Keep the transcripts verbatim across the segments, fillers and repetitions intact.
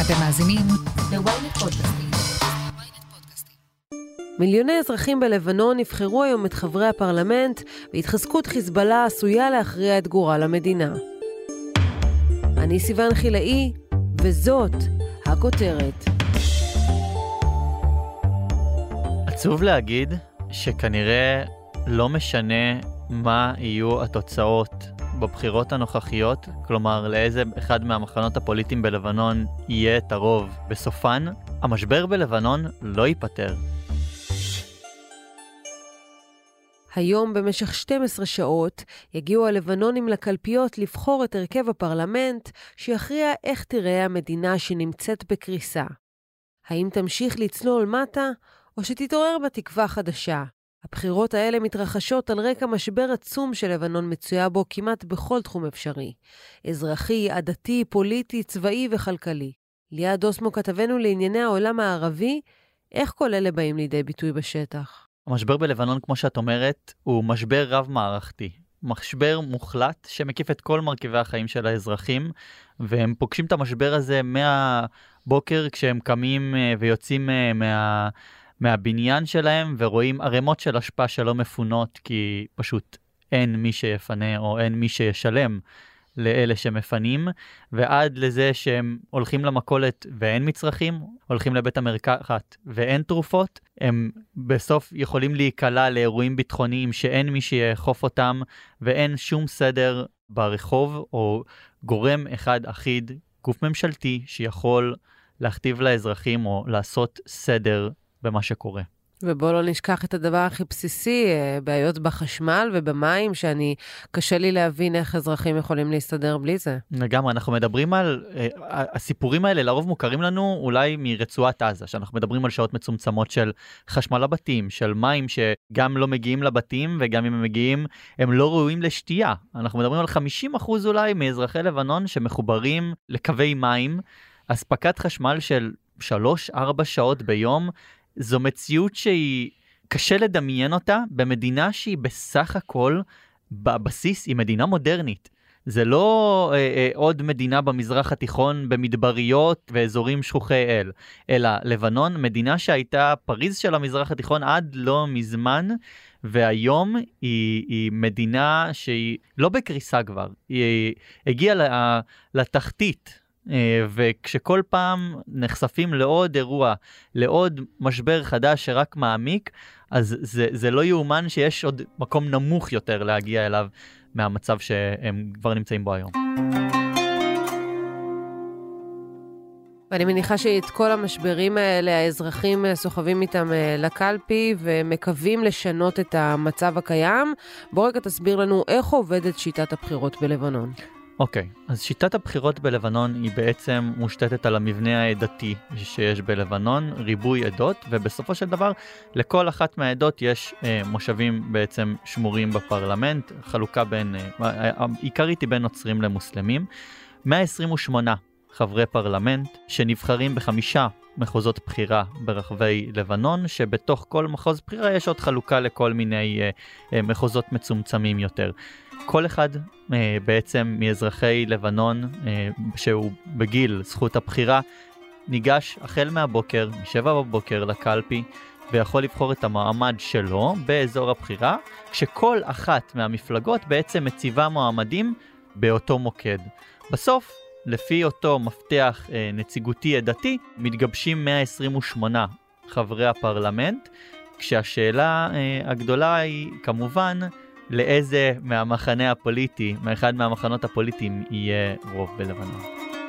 אתם מאזינים ל-וויינט פודקאסטים. מיליוני אזרחים בלבנון נבחרו היום את חברי הפרלמנט, והתחזקות חיזבאללה עשויה להכריע את גורל המדינה. אני סיוון חילאי, וזאת הכותרת. עצוב להגיד שכנראה לא משנה מה יהיו התוצאות בבחירות הנוכחיות, כלומר לאיזה אחד מהמחנות הפוליטיים בלבנון יהיה את הרוב בסופן, המשבר בלבנון לא ייפטר. היום במשך שתים עשרה שעות יגיעו הלבנונים לקלפיות לבחור את הרכב הפרלמנט שיכריע איך תראה המדינה שנמצאת בקריסה. האם תמשיך לצלול מטה או שתתעורר בתקווה חדשה? הבחירות האלה מתרחשות על רקע משבר עצום שלבנון מצויה בו כמעט בכל תחום אפשרי. אזרחי, עדתי, פוליטי, צבאי וכלכלי. ליעד אוסמו כתבנו לענייני העולם הערבי, איך כל אלה באים לידי ביטוי בשטח? המשבר בלבנון, כמו שאת אומרת, הוא משבר רב-מערכתי. משבר מוחלט שמקיף את כל מרכיבי החיים של האזרחים, והם פוגשים את המשבר הזה מהבוקר כשהם קמים ויוצאים מה... מהבניין שלהם ורואים ערימות של השפעה שלא מפונות, כי פשוט אין מי שיפנה או אין מי שישלם לאלה שמפנים, ועד לזה שהם הולכים למכולת ואין מצרכים, הולכים לבית המרקחת ואין תרופות, הם בסוף יכולים להיקלע לאירועים ביטחוניים שאין מי שיחוף אותם, ואין שום סדר ברחוב או גורם אחד אחיד, גוף ממשלתי שיכול להכתיב לאזרחים או לעשות סדר במה שקורה. ובוא לא נשכח את הדבר הכי בסיסי, בעיות בחשמל ובמים, שאני קשה לי להבין איך אזרחים יכולים להסתדר בלי זה. לגמרי, אנחנו מדברים על, הסיפורים האלה לרוב מוכרים לנו אולי מרצועת עזה, שאנחנו מדברים על שעות מצומצמות של חשמל לבתים, של מים שגם לא מגיעים לבתים, וגם אם הם מגיעים, הם לא ראויים לשתייה. אנחנו מדברים על חמישים אחוז אולי מאזרחי לבנון שמחוברים לקווי מים, אספקת חשמל של שלוש ארבע שעות ביום, זו מציאות שהיא קשה לדמיין אותה במדינה שהיא בסך הכל בבסיס היא מדינה מודרנית. זה לא אה, אה, עוד מדינה במזרח התיכון במדבריות ואזורים שכוחי אל, אלא לבנון, מדינה שהייתה פריז של המזרח התיכון עד לא מזמן, והיום היא, היא מדינה שהיא לא בקריסה כבר, היא הגיעה לתחתית. וכשכל פעם נחשפים לעוד אירוע, לעוד משבר חדש שרק מעמיק, אז זה, זה לא יאומן שיש עוד מקום נמוך יותר להגיע אליו מהמצב שהם כבר נמצאים בו היום. ואני מניחה שאת כל המשברים האלה האזרחים סוחבים איתם לקלפי ומקווים לשנות את המצב הקיים. בוא רגע תסביר לנו איך עובדת שיטת הבחירות בלבנון. אוקיי, okay, אז שיטת הבחירות בלבנון היא בעצם מושתתת על המבנה העדתי שיש בלבנון, ריבוי עדות, ובסופו של דבר לכל אחת מהעדות יש אה, מושבים בעצם שמורים בפרלמנט, חלוקה בין, אה, העיקרית היא בין נוצרים למוסלמים, מאה עשרים ושמונה חברי פרלמנט שנבחרים בחמישה מחוזות בחירה ברחבי לבנון, שבתוך כל מחוז בחירה יש עוד חלוקה לכל מיני אה, אה, מחוזות מצומצמים יותר. כל אחד אה, בעצם מאזרחי לבנון אה, שהוא בגיל זכות הבחירה ניגש החל מהבוקר, משבע בבוקר לקלפי, ויכול לבחור את המועמד שלו באזור הבחירה, כשכל אחת מהמפלגות בעצם מציבה מועמדים באותו מוקד. בסוף, לפי אותו מפתח אה, נציגותי עדתי, מתגבשים מאה עשרים ושמונה חברי הפרלמנט, כשהשאלה אה, הגדולה היא כמובן, לאיזה מהמחנה הפוליטי, מאחד מהמחנות הפוליטיים, יהיה רוב בלבנון.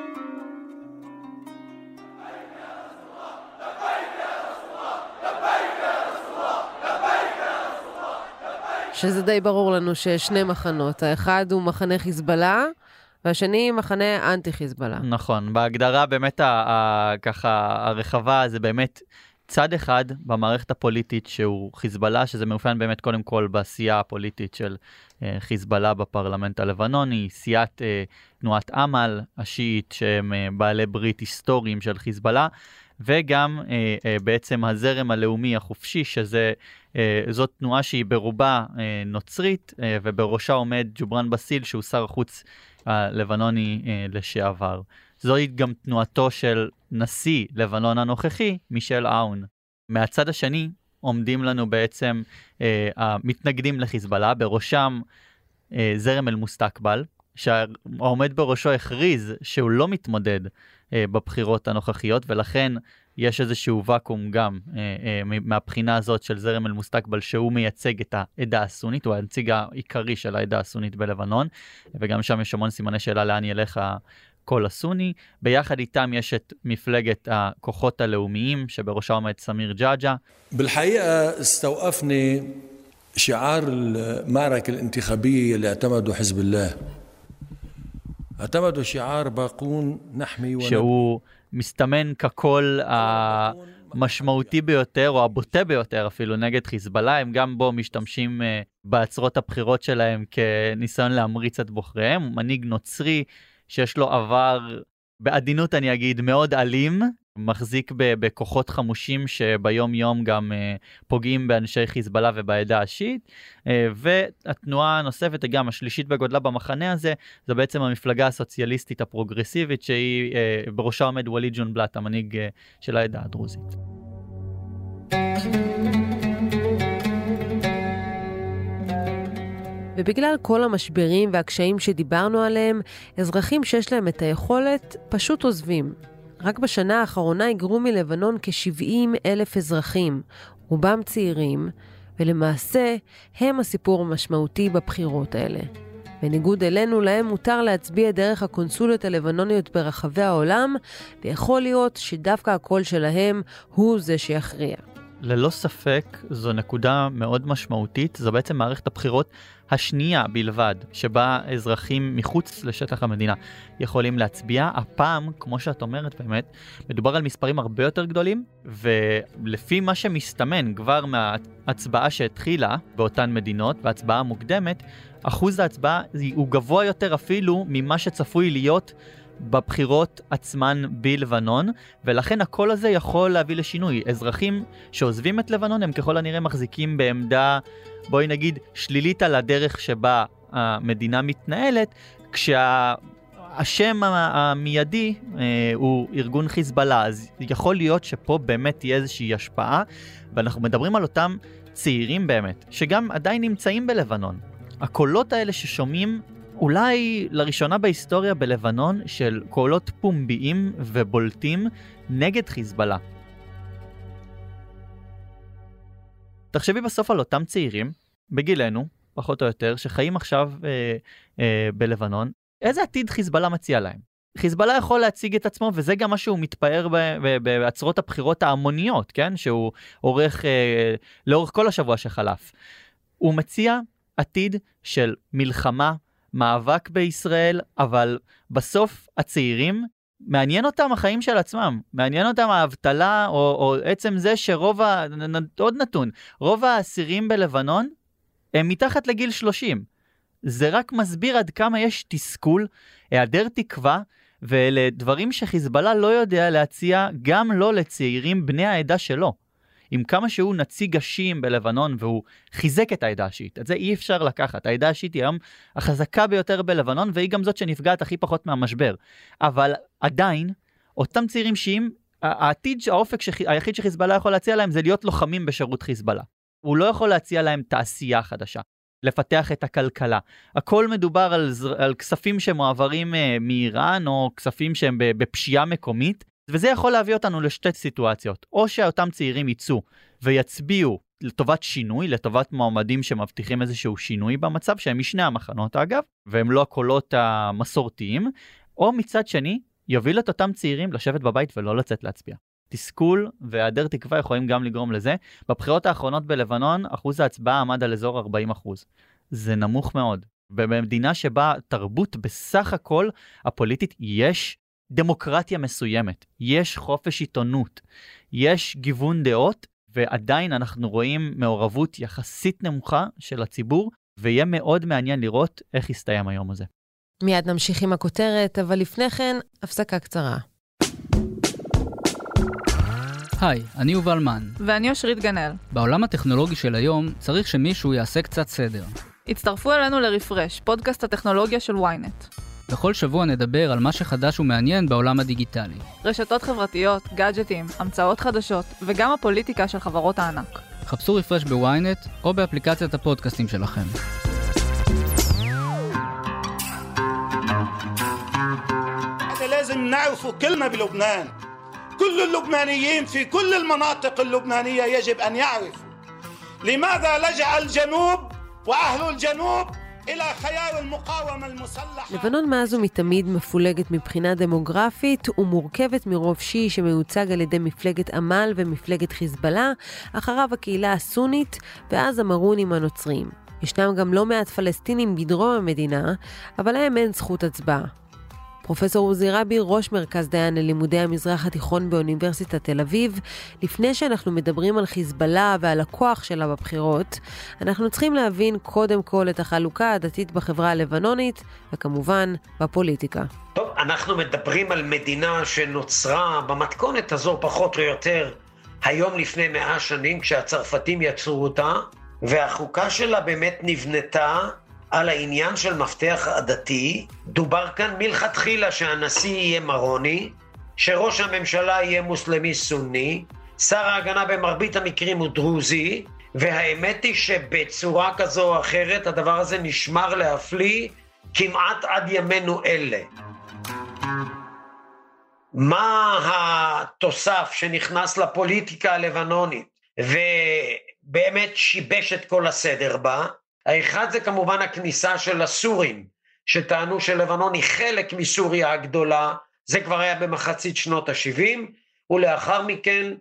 שזה די ברור לנו שיש שני מחנות. האחד הוא מחנה חיזבאללה, והשני מחנה אנטי חיזבאללה. נכון, בהגדרה באמת ה- ה- ככה הרחבה זה באמת צד אחד במערכת הפוליטית שהוא חיזבאללה, שזה מאופיין באמת קודם כל בעשייה הפוליטית של אה, חיזבאללה בפרלמנט הלבנוני, סיעת אה, תנועת אמל השיעית שהם אה, בעלי ברית היסטוריים של חיזבאללה, וגם אה, אה, בעצם הזרם הלאומי החופשי, שזה אה, זאת תנועה שהיא ברובה אה, נוצרית, אה, ובראשה עומד ג'וברן בסיל שהוא שר החוץ הלבנוני אה, לשעבר. זוהי גם תנועתו של נשיא לבנון הנוכחי, מישל אאון. מהצד השני עומדים לנו בעצם אה, המתנגדים לחיזבאללה, בראשם אה, זרם אל-מוסתקבל, שהעומד בראשו הכריז שהוא לא מתמודד אה, בבחירות הנוכחיות, ולכן יש איזשהו וקום גם אה, אה, מהבחינה הזאת של זרם אל-מוסתקבל, שהוא מייצג את העדה הסונית, הוא הנציג העיקרי של העדה הסונית בלבנון, וגם שם יש המון סימני שאלה לאן ילך הקול הסוני. ביחד איתם יש את מפלגת הכוחות הלאומיים, שבראשה עומד סמיר ג'אג'ה. بالحقيقة استوقفني شعار المعركة الانتخابية اللي اعتمده حزب الله. اعتمدوا شعار باقون نحمي ونبني. שהוא מסתמן כקול המשמעותי ביותר, או הבוטה ביותר אפילו, נגד חיזבאללה. הם גם בו משתמשים uh, בעצרות הבחירות שלהם כניסיון להמריץ את בוחריהם. הוא מנהיג נוצרי שיש לו עבר, בעדינות אני אגיד, מאוד אלים, מחזיק בכוחות חמושים שביום יום גם uh, פוגעים באנשי חיזבאללה ובעדה השיעית, uh, והתנועה הנוספת, גם השלישית בגודלה במחנה הזה, זו בעצם המפלגה הסוציאליסטית הפרוגרסיבית, שהיא uh, בראשה עומד וליד ג'ונבלט, המנהיג uh, של העדה הדרוזית. ובגלל כל המשברים והקשיים שדיברנו עליהם, אזרחים שיש להם את היכולת פשוט עוזבים. רק בשנה האחרונה הגרו מלבנון כ-שבעים אלף אזרחים, רובם צעירים, ולמעשה הם הסיפור המשמעותי בבחירות האלה. בניגוד אלינו, להם מותר להצביע דרך הקונסוליות הלבנוניות ברחבי העולם, ויכול להיות שדווקא הקול שלהם הוא זה שיכריע. ללא ספק זו נקודה מאוד משמעותית, זו בעצם מערכת הבחירות השנייה בלבד, שבה אזרחים מחוץ לשטח המדינה יכולים להצביע. הפעם, כמו שאת אומרת באמת, מדובר על מספרים הרבה יותר גדולים, ולפי מה שמסתמן כבר מההצבעה שהתחילה באותן מדינות, וההצבעה המוקדמת, אחוז ההצבעה הוא גבוה יותר אפילו ממה שצפוי להיות בבחירות עצמן בלבנון, ולכן הכל הזה יכול להביא לשינוי. אזרחים שעוזבים את לבנון הם ככל הנראה מחזיקים בעמדה, בואי נגיד, שלילית על הדרך שבה המדינה מתנהלת, כשהשם המיידי אה, הוא ארגון חיזבאללה. אז יכול להיות שפה באמת תהיה איזושהי השפעה, ואנחנו מדברים על אותם צעירים באמת, שגם עדיין נמצאים בלבנון. הקולות האלה ששומעים אולי לראשונה בהיסטוריה בלבנון של קולות פומביים ובולטים נגד חיזבאללה. תחשבי בסוף על אותם צעירים, בגילנו, פחות או יותר, שחיים עכשיו אה, אה, בלבנון. איזה עתיד חיזבאללה מציע להם? חיזבאללה יכול להציג את עצמו, וזה גם מה שהוא מתפאר בעצרות הבחירות ההמוניות, כן? שהוא עורך אה, לאורך כל השבוע שחלף. הוא מציע עתיד של מלחמה, מאבק בישראל, אבל בסוף הצעירים, מעניין אותם החיים של עצמם, מעניין אותם האבטלה, או, או עצם זה שרוב, ה... עוד נתון, רוב האסירים בלבנון, הם מתחת לגיל שלושים. זה רק מסביר עד כמה יש תסכול, היעדר תקווה, ואלה דברים שחיזבאללה לא יודע להציע, גם לא לצעירים בני העדה שלו. עם כמה שהוא נציג השיעים בלבנון, והוא חיזק את העדה השיעית. את זה אי אפשר לקחת. העדה השיעית היא היום החזקה ביותר בלבנון, והיא גם זאת שנפגעת הכי פחות מהמשבר. אבל עדיין, אותם צעירים שיעים, העתיד, האופק שח... היחיד שחיזבאללה יכול להציע להם, זה להיות לוחמים בשירות חיזבאללה. הוא לא יכול להציע להם תעשייה חדשה, לפתח את הכלכלה. הכל מדובר על, על כספים שמועברים מאיראן, או כספים שהם בפשיעה מקומית, וזה יכול להביא אותנו לשתי סיטואציות. או שאותם צעירים ייצאו ויצביעו לטובת שינוי, לטובת מועמדים שמבטיחים איזשהו שינוי במצב, שהם משני המחנות אגב, והם לא הקולות המסורתיים, או מצד שני, יוביל את אותם צעירים לשבת בבית ולא לצאת להצביע. תסכול והיעדר תקווה יכולים גם לגרום לזה. בבחירות האחרונות בלבנון, אחוז ההצבעה עמד על אזור ארבעים אחוז. זה נמוך מאוד. במדינה שבה תרבות בסך הכל הפוליטית יש דמוקרטיה מסוימת, יש חופש עיתונות, יש גיוון דעות, ועדיין אנחנו רואים מעורבות יחסית נמוכה של הציבור, ויהיה מאוד מעניין לראות איך יסתיים היום הזה. מיד נמשיך עם הכותרת, אבל לפני כן, הפסקה קצרה. היי, אני יובל מן. ואני אושרית גנאל. בעולם הטכנולוגי של היום צריך שמישהו יעשה קצת סדר. הצטרפו אלינו לרפרש, פודקאסט הטכנולוגיה של וויינט. בכל שבוע נדבר על מה שחדש ומעניין בעולם הדיגיטלי. רשתות חברתיות, גאדג'טים, המצאות חדשות, וגם הפוליטיקה של חברות הענק. חפשו רפרש בוויינט או באפליקציית הפודקאסטים שלכם. لازم نعرفوا كلنا بلبنان كل اللبنانيين في كل المناطق اللبنانية يجب أن يعرفوا لماذا لجأ الجنوب وأهل الجنوب إلى خيار المقاومة المسلحة. לבנון מאז ומתמיד מפולגת מבחינה דמוגרפית ומורכבת מרוב שיעי שמיוצג על ידי מפלגת עמל ומפלגת חיזבאללה, אחריו הקהילה הסונית ואז המרונים הנוצרים. ישנם גם לא מעט פלסטינים בדרום המדינה, אבל להם אין זכות הצבעה. פרופסור עוזי רבי, ראש מרכז דיין ללימודי המזרח התיכון באוניברסיטת תל אביב, לפני שאנחנו מדברים על חיזבאללה ועל הכוח שלה בבחירות, אנחנו צריכים להבין קודם כל את החלוקה הדתית בחברה הלבנונית, וכמובן בפוליטיקה. טוב, אנחנו מדברים על מדינה שנוצרה במתכונת הזו פחות או יותר היום לפני מאה שנים, כשהצרפתים יצרו אותה, והחוקה שלה באמת נבנתה על העניין של מפתח עדתי. דובר כאן מלכתחילה שהנשיא יהיה מרוני, שראש הממשלה יהיה מוסלמי סוני, שר ההגנה במרבית המקרים הוא דרוזי, והאמת היא שבצורה כזו או אחרת הדבר הזה נשמר להפליא כמעט עד ימינו אלה. מה התוסף שנכנס לפוליטיקה הלבנונית ובאמת שיבש את כל הסדר בה? האחד זה כמובן הכניסה של הסורים, שטענו שלבנון היא חלק מסוריה הגדולה, זה כבר היה במחצית שנות ה-שבעים, ולאחר מכן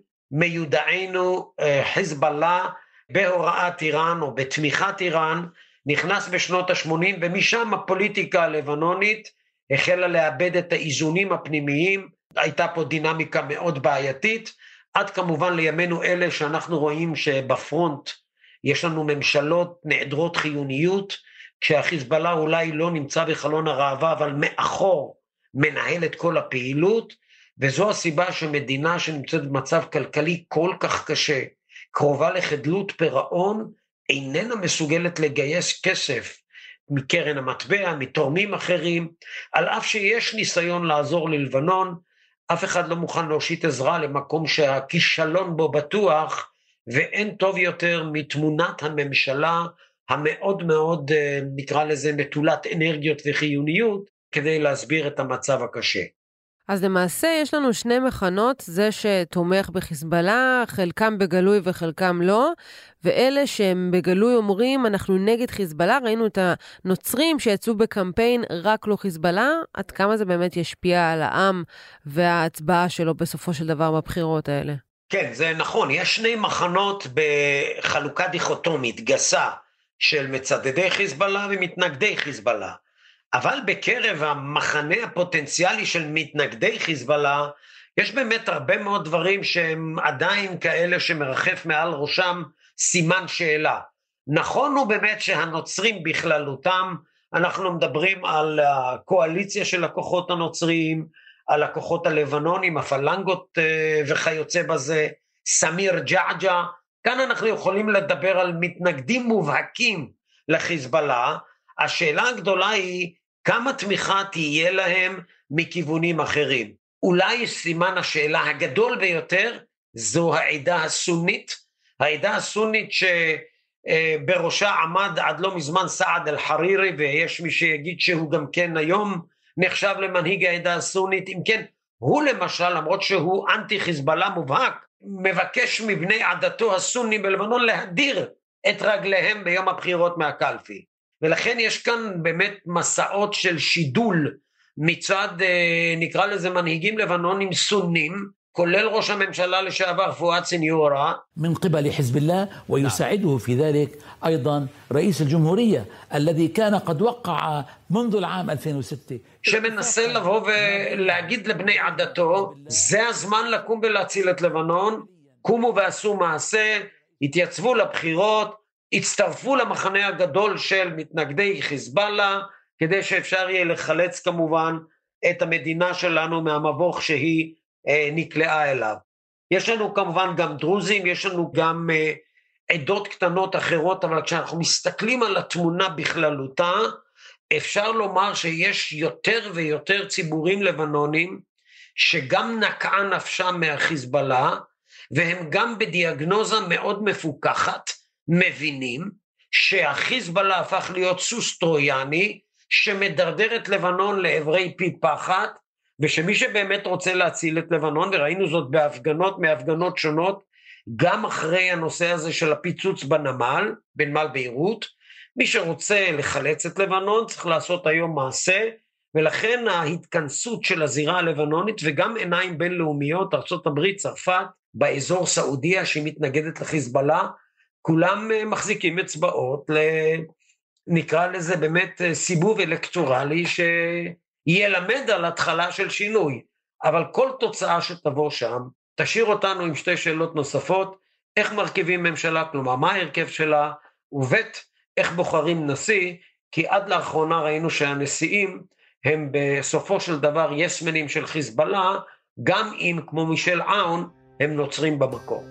מיודענו חיזבאללה בהוראת איראן או בתמיכת איראן, נכנס בשנות ה-שמונים, ומשם הפוליטיקה הלבנונית החלה לאבד את האיזונים הפנימיים, הייתה פה דינמיקה מאוד בעייתית, עד כמובן לימינו אלה שאנחנו רואים שבפרונט, יש לנו ממשלות נעדרות חיוניות, כשהחיזבאללה אולי לא נמצא בחלון הראווה, אבל מאחור מנהל את כל הפעילות, וזו הסיבה שמדינה שנמצאת במצב כלכלי כל כך קשה, קרובה לחדלות פירעון, איננה מסוגלת לגייס כסף מקרן המטבע, מתורמים אחרים, על אף שיש ניסיון לעזור ללבנון, אף אחד לא מוכן להושיט עזרה למקום שהכישלון בו בטוח, ואין טוב יותר מתמונת הממשלה המאוד מאוד, נקרא לזה, נטולת אנרגיות וחיוניות, כדי להסביר את המצב הקשה. אז למעשה יש לנו שני מחנות, זה שתומך בחיזבאללה, חלקם בגלוי וחלקם לא, ואלה שהם בגלוי אומרים, אנחנו נגד חיזבאללה, ראינו את הנוצרים שיצאו בקמפיין רק לא חיזבאללה, עד כמה זה באמת ישפיע על העם וההצבעה שלו בסופו של דבר בבחירות האלה? כן, זה נכון, יש שני מחנות בחלוקה דיכוטומית גסה של מצדדי חיזבאללה ומתנגדי חיזבאללה, אבל בקרב המחנה הפוטנציאלי של מתנגדי חיזבאללה, יש באמת הרבה מאוד דברים שהם עדיין כאלה שמרחף מעל ראשם סימן שאלה. נכון הוא באמת שהנוצרים בכללותם, אנחנו מדברים על הקואליציה של הכוחות הנוצריים, על הכוחות הלבנונים, הפלנגות וכיוצא בזה, סמיר ג'עג'ה, כאן אנחנו יכולים לדבר על מתנגדים מובהקים לחיזבאללה, השאלה הגדולה היא כמה תמיכה תהיה להם מכיוונים אחרים. אולי סימן השאלה הגדול ביותר זו העדה הסונית, העדה הסונית שבראשה עמד עד לא מזמן סעד אל-חרירי, ויש מי שיגיד שהוא גם כן היום נחשב למנהיג העדה הסונית, אם כן, הוא למשל, למרות שהוא אנטי חיזבאללה מובהק, מבקש מבני עדתו הסוני בלבנון להדיר את רגליהם ביום הבחירות מהקלפי. ולכן יש כאן באמת מסעות של שידול מצד, נקרא לזה מנהיגים לבנונים סונים, كل ראש הממשלה לשעבר פואד סניורה من قبل حزب الله ويساعده في ذلك أيضا رئيس الجمهورية الذي كان قد وقع منذ العام ألفين وستة שמנסה לבוא ולהגיד לבני עדתו זה הזמן לקום ולהציל את לבנון, קומו ועשו מעשה, התייצבו לבחירות, הצטרפו למחנה הגדול של מתנגדי חיזבאללה כדי שאפשר יהיה לחלץ כמובן את המדינה שלנו מהמבוך שהיא נקלעה אליו. יש לנו כמובן גם דרוזים, יש לנו גם עדות קטנות אחרות, אבל כשאנחנו מסתכלים על התמונה בכללותה, אפשר לומר שיש יותר ויותר ציבורים לבנונים שגם נקעה נפשם מהחיזבאללה, והם גם בדיאגנוזה מאוד מפוקחת מבינים שהחיזבאללה הפך להיות סוס טרויאני שמדרדר את לבנון לעברי פי פחת, ושמי שבאמת רוצה להציל את לבנון, וראינו זאת בהפגנות מהפגנות שונות, גם אחרי הנושא הזה של הפיצוץ בנמל, בנמל ביירות, מי שרוצה לחלץ את לבנון צריך לעשות היום מעשה, ולכן ההתכנסות של הזירה הלבנונית וגם עיניים בינלאומיות, ארצות הברית, צרפת, באזור סעודיה שהיא מתנגדת לחיזבאללה, כולם מחזיקים אצבעות, נקרא לזה באמת סיבוב אלקטורלי שילמד על התחלה של שינוי, אבל כל תוצאה שתבוא שם, תשאיר אותנו עם שתי שאלות נוספות, איך מרכיבים ממשלה, כלומר מה ההרכב שלה, ובית איך בוחרים נשיא, כי עד לאחרונה ראינו שהנשיאים הם בסופו של דבר יסמנים של חיזבאללה, גם אם כמו מישל עאון הם נוצרים במקור.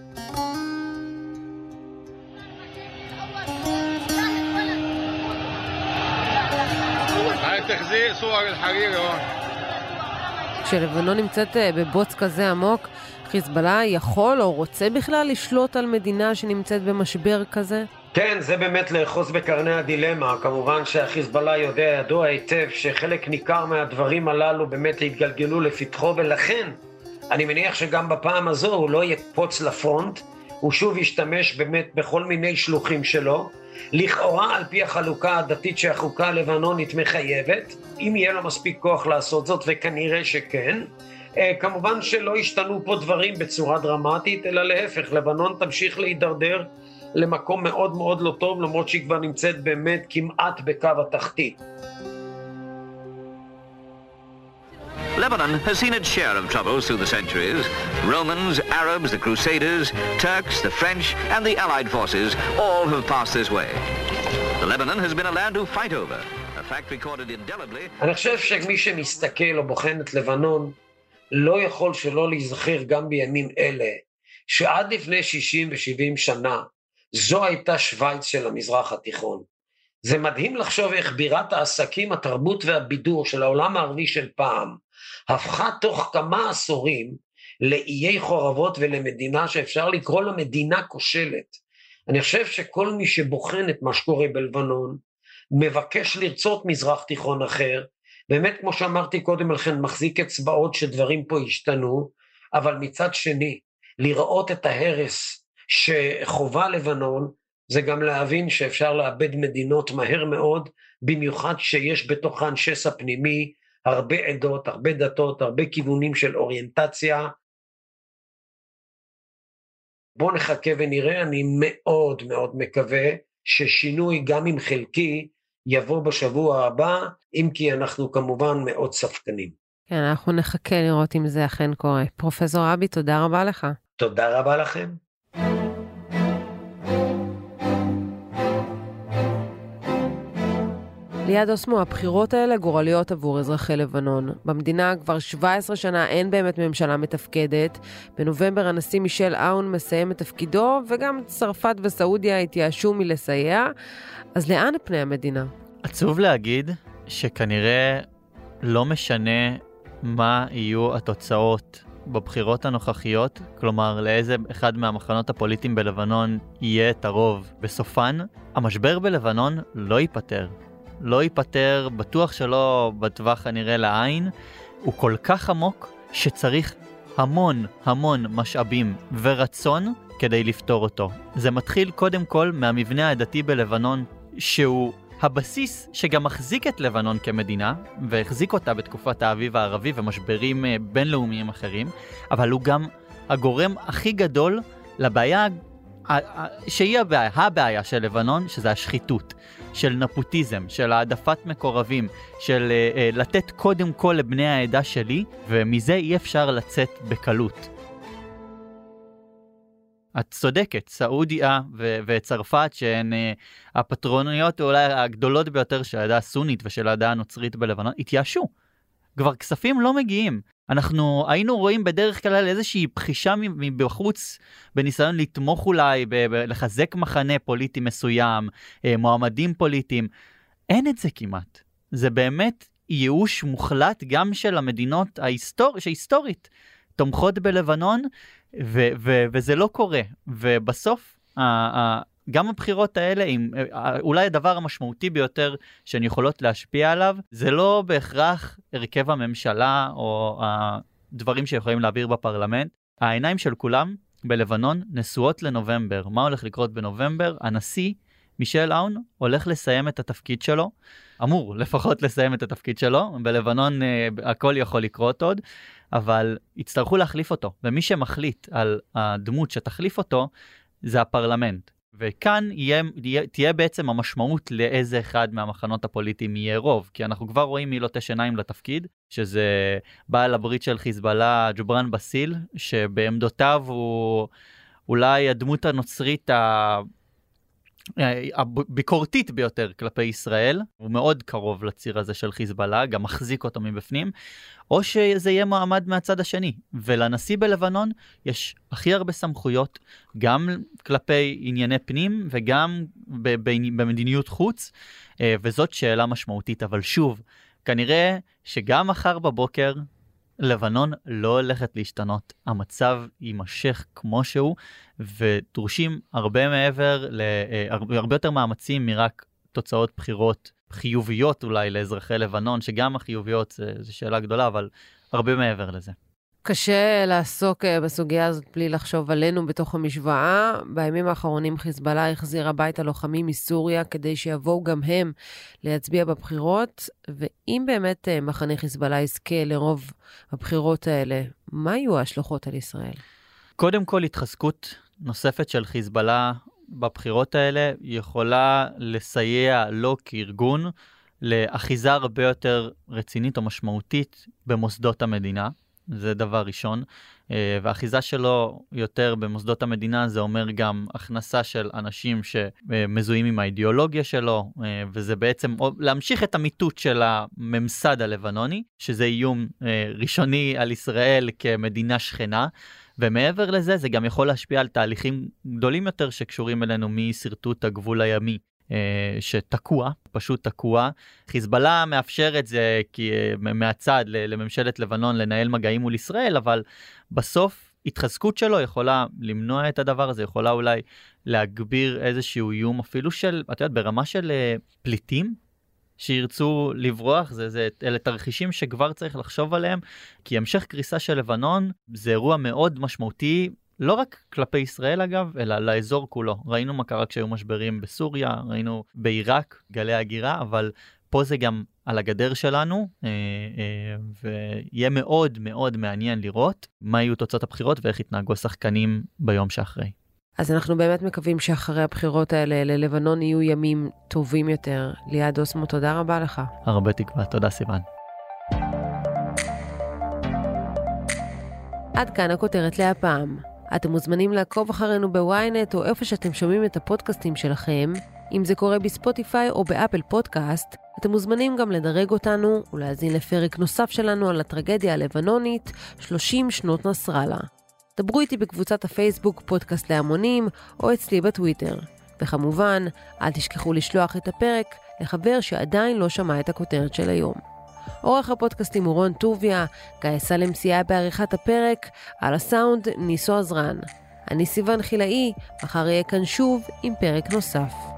כשלבנון נמצאת בבוץ כזה עמוק, חיזבאללה יכול או רוצה בכלל לשלוט על מדינה שנמצאת במשבר כזה? כן, זה באמת לאחוז בקרני הדילמה. כמובן שהחיזבאללה יודע, ידוע היטב, שחלק ניכר מהדברים הללו באמת התגלגלו לפתחו, ולכן אני מניח שגם בפעם הזו הוא לא יקפוץ לפרונט, הוא שוב ישתמש באמת בכל מיני שלוחים שלו, לכאורה על פי החלוקה הדתית שהחוקה הלבנונית מחייבת, אם יהיה לו מספיק כוח לעשות זאת, וכנראה שכן. כמובן שלא השתנו פה דברים בצורה דרמטית, אלא להפך, לבנון תמשיך להידרדר למקום מאוד מאוד לא טוב, למרות שהיא כבר נמצאת באמת כמעט בקו התחתית. Lebanon has seen its share of troubles through the centuries. Romans, Arabs, the Crusaders, Turks, the French, and the Allied forces all have passed this way. The Lebanon has been a land to fight over, a fact recorded indelibly. אני חושב שמי שמסתכל או בוחן את לבנון, לא יכול שלא להיזכר גם בימים אלה, שעד לפני שישים ושבעים שנה, זו הייתה שוויץ של המזרח התיכון. זה מדהים לחשוב איך בירת העסקים, התרבות והבידור של העולם הערבי של פעם, הפכה תוך כמה עשורים לאיי חורבות ולמדינה שאפשר לקרוא לה מדינה כושלת. אני חושב שכל מי שבוחן את מה שקורה בלבנון, מבקש לרצות מזרח תיכון אחר, באמת כמו שאמרתי קודם לכן, מחזיק אצבעות שדברים פה השתנו, אבל מצד שני, לראות את ההרס שחובה לבנון, זה גם להבין שאפשר לאבד מדינות מהר מאוד, במיוחד שיש בתוכן שסע פנימי, הרבה עדות, הרבה דתות, הרבה כיוונים של אוריינטציה. בואו נחכה ונראה, אני מאוד מאוד מקווה ששינוי גם אם חלקי יבוא בשבוע הבא, אם כי אנחנו כמובן מאוד ספקנים. כן, אנחנו נחכה לראות אם זה אכן קורה. פרופסור אבי, תודה רבה לך. תודה רבה לכם. ליעד אוסמו, הבחירות האלה גורליות עבור אזרחי לבנון. במדינה כבר שבע עשרה שנה אין באמת ממשלה מתפקדת. בנובמבר הנשיא מישל עאון מסיים את תפקידו, וגם צרפת וסעודיה התייאשו מלסייע. אז לאן פני המדינה? עצוב להגיד שכנראה לא משנה מה יהיו התוצאות בבחירות הנוכחיות, כלומר לאיזה אחד מהמחנות הפוליטיים בלבנון יהיה את הרוב בסופן, המשבר בלבנון לא ייפטר. לא ייפטר, בטוח שלא בטווח הנראה לעין, הוא כל כך עמוק שצריך המון המון משאבים ורצון כדי לפתור אותו. זה מתחיל קודם כל מהמבנה הדתי בלבנון, שהוא הבסיס שגם מחזיק את לבנון כמדינה, והחזיק אותה בתקופת האביב הערבי ומשברים בינלאומיים אחרים, אבל הוא גם הגורם הכי גדול לבעיה שהיא הבעיה, הבעיה של לבנון, שזה השחיתות, של נפוטיזם, של העדפת מקורבים, של uh, לתת קודם כל לבני העדה שלי, ומזה אי אפשר לצאת בקלות. את צודקת, סעודיה ו- וצרפת, שהן uh, הפטרוניות אולי הגדולות ביותר של העדה הסונית ושל העדה הנוצרית בלבנון, התייאשו. כבר כספים לא מגיעים. אנחנו היינו רואים בדרך כלל איזושהי בחישה מבחוץ, בניסיון לתמוך אולי, ב- ב- לחזק מחנה פוליטי מסוים, מועמדים פוליטיים. אין את זה כמעט. זה באמת ייאוש מוחלט גם של המדינות ההיסטור... שהיסטורית תומכות בלבנון, ו- ו- וזה לא קורה. ובסוף, ה- ה- גם הבחירות האלה, עם, אולי הדבר המשמעותי ביותר שהן יכולות להשפיע עליו, זה לא בהכרח הרכב הממשלה או הדברים שיכולים להעביר בפרלמנט. העיניים של כולם בלבנון נשואות לנובמבר. מה הולך לקרות בנובמבר? הנשיא מישל און הולך לסיים את התפקיד שלו, אמור לפחות לסיים את התפקיד שלו, בלבנון הכל יכול לקרות עוד, אבל יצטרכו להחליף אותו, ומי שמחליט על הדמות שתחליף אותו, זה הפרלמנט. וכאן יהיה, תהיה בעצם המשמעות לאיזה אחד מהמחנות הפוליטיים יהיה רוב, כי אנחנו כבר רואים מי לוטש עיניים לתפקיד, שזה בעל הברית של חיזבאללה, ג'ובראן בסיל, שבעמדותיו הוא אולי הדמות הנוצרית ה... הביקורתית ביותר כלפי ישראל, הוא מאוד קרוב לציר הזה של חיזבאללה, גם מחזיק אותו מבפנים, או שזה יהיה מעמד מהצד השני. ולנשיא בלבנון יש הכי הרבה סמכויות, גם כלפי ענייני פנים וגם במדיניות חוץ, וזאת שאלה משמעותית. אבל שוב, כנראה שגם מחר בבוקר לבנון לא הולכת להשתנות, המצב יימשך כמו שהוא, ודרושים הרבה מעבר, הרבה, הרבה יותר מאמצים מרק תוצאות בחירות חיוביות אולי לאזרחי לבנון, שגם החיוביות זה, זה שאלה גדולה, אבל הרבה מעבר לזה. קשה לעסוק בסוגיה הזאת בלי לחשוב עלינו בתוך המשוואה. בימים האחרונים חיזבאללה החזיר הביתה לוחמים מסוריה כדי שיבואו גם הם להצביע בבחירות, ואם באמת מחנה חיזבאללה יזכה לרוב הבחירות האלה, מה יהיו ההשלכות על ישראל? קודם כל, התחזקות נוספת של חיזבאללה בבחירות האלה יכולה לסייע לו כארגון לאחיזה הרבה יותר רצינית או משמעותית במוסדות המדינה. זה דבר ראשון, והאחיזה שלו יותר במוסדות המדינה זה אומר גם הכנסה של אנשים שמזוהים עם האידיאולוגיה שלו, וזה בעצם להמשיך את המיטוט של הממסד הלבנוני, שזה איום ראשוני על ישראל כמדינה שכנה, ומעבר לזה זה גם יכול להשפיע על תהליכים גדולים יותר שקשורים אלינו מסרטוט הגבול הימי, שתקוע, פשוט תקוע. חיזבאללה מאפשר את זה כי, מהצד לממשלת לבנון לנהל מגעים מול ישראל, אבל בסוף התחזקות שלו יכולה למנוע את הדבר הזה, יכולה אולי להגביר איזשהו איום אפילו של, את יודעת, ברמה של פליטים שירצו לברוח. זה, זה, אלה תרחישים שכבר צריך לחשוב עליהם, כי המשך קריסה של לבנון זה אירוע מאוד משמעותי, לא רק כלפי ישראל אגב, אלא לאזור כולו. ראינו מה קרה כשהיו משברים בסוריה, ראינו בעיראק גלי הגירה, אבל פה זה גם על הגדר שלנו, ויהיה מאוד מאוד מעניין לראות מה יהיו תוצאות הבחירות ואיך יתנהגו שחקנים ביום שאחרי. אז אנחנו באמת מקווים שאחרי הבחירות האלה ללבנון יהיו ימים טובים יותר. ליעד אוסמו, תודה רבה לך. הרבה תקווה, תודה סיוון. עד כאן הכותרת להפעם. אתם מוזמנים לעקוב אחרינו בוויינט או איפה שאתם שומעים את הפודקאסטים שלכם. אם זה קורה בספוטיפיי או באפל פודקאסט, אתם מוזמנים גם לדרג אותנו ולהזין לפרק נוסף שלנו על הטרגדיה הלבנונית, שלושים שנות נסראללה. דברו איתי בקבוצת הפייסבוק פודקאסט להמונים או אצלי בטוויטר. וכמובן, אל תשכחו לשלוח את הפרק לחבר שעדיין לא שמע את הכותרת של היום. עורך הפודקאסטים הוא רון טוביה, גיא סלם סייע בעריכת הפרק, על הסאונד ניסו עזרן. אני סיוון חילאי, מחר יהיה כאן שוב עם פרק נוסף.